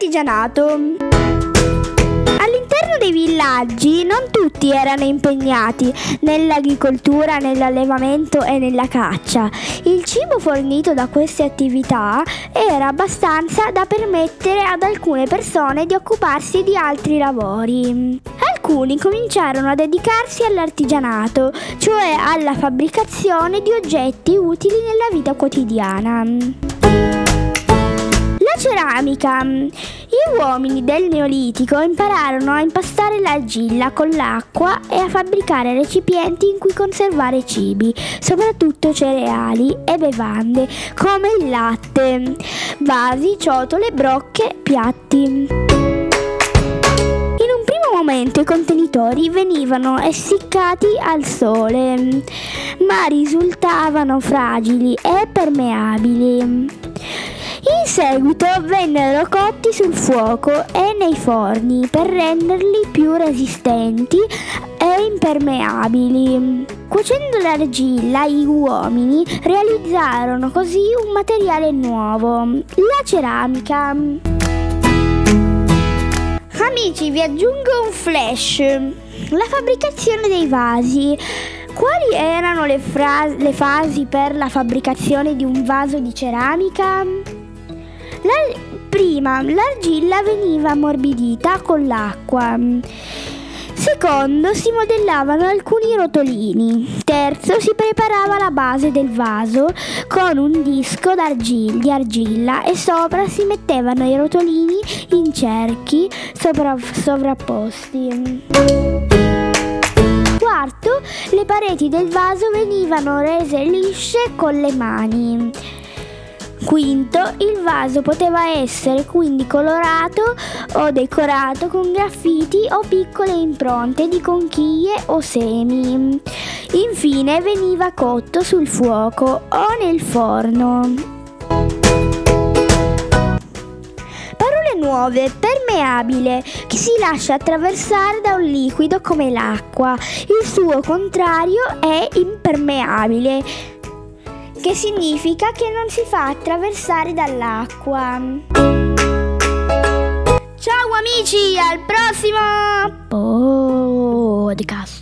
L'artigianato. All'interno dei villaggi non tutti erano impegnati nell'agricoltura, nell'allevamento e nella caccia. Il cibo fornito da queste attività era abbastanza da permettere ad alcune persone di occuparsi di altri lavori. Alcuni cominciarono a dedicarsi all'artigianato, cioè alla fabbricazione di oggetti utili nella vita quotidiana. La ceramica. Gli uomini del Neolitico impararono a impastare l'argilla con l'acqua e a fabbricare recipienti in cui conservare cibi, soprattutto cereali e bevande come il latte, vasi, ciotole, brocche, piatti. In un primo momento i contenitori venivano essiccati al sole, ma risultavano fragili e permeabili. In seguito vennero cotti sul fuoco e nei forni per renderli più resistenti e impermeabili. Cuocendo l'argilla, gli uomini realizzarono così un materiale nuovo, la ceramica. Amici, vi aggiungo un flash. La fabbricazione dei vasi. Quali erano le fasi per la fabbricazione di un vaso di ceramica? Prima, l'argilla veniva ammorbidita con l'acqua. Secondo, si modellavano alcuni rotolini. Terzo, si preparava la base del vaso con un disco di argilla e sopra si mettevano i rotolini in cerchi sovrapposti. Quarto, le pareti del vaso venivano rese lisce con le mani. Quinto, il vaso poteva essere quindi colorato o decorato con graffiti o piccole impronte di conchiglie o semi. Infine veniva cotto sul fuoco o nel forno. Parole nuove: permeabile, che si lascia attraversare da un liquido come l'acqua. Il suo contrario è impermeabile, che significa che non si fa attraversare dall'acqua. Ciao amici, al prossimo podcast.